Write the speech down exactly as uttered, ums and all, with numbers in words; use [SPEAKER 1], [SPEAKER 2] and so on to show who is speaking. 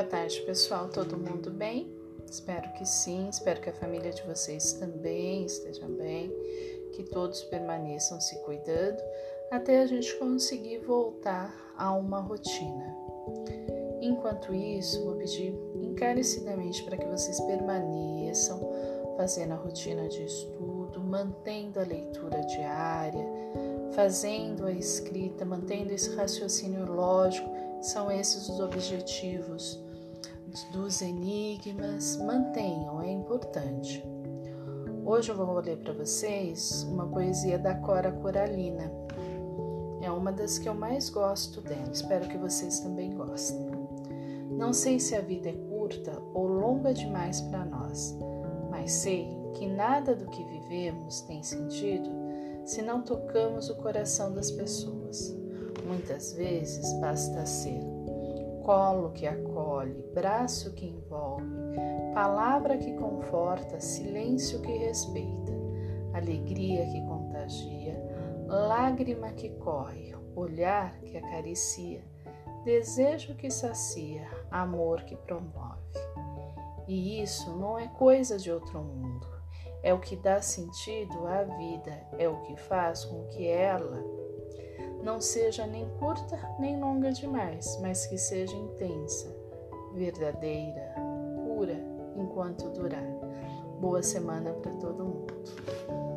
[SPEAKER 1] Boa tarde, pessoal. Todo mundo bem? Espero que sim. Espero que a família de vocês também esteja bem, que todos permaneçam se cuidando até a gente conseguir voltar a uma rotina. Enquanto isso, vou pedir encarecidamente para que vocês permaneçam fazendo a rotina de estudo, mantendo a leitura diária, fazendo a escrita, mantendo esse raciocínio lógico. São esses os objetivos dos enigmas. Mantenham, é importante. Hoje eu vou ler para vocês uma poesia da Cora Coralina. É uma das que eu mais gosto dela. Espero que vocês também gostem. Não sei se a vida é curta ou longa demais para nós, mas sei que nada do que vivemos tem sentido se não tocamos o coração das pessoas. Muitas vezes basta ser colo que acolhe, braço que envolve, palavra que conforta, silêncio que respeita, alegria que contagia, lágrima que corre, olhar que acaricia, desejo que sacia, amor que promove. E isso não é coisa de outro mundo, é o que dá sentido à vida, é o que faz com que ela não seja nem curta nem longa demais, mas que seja intensa, verdadeira, pura, enquanto durar. Boa semana para todo mundo.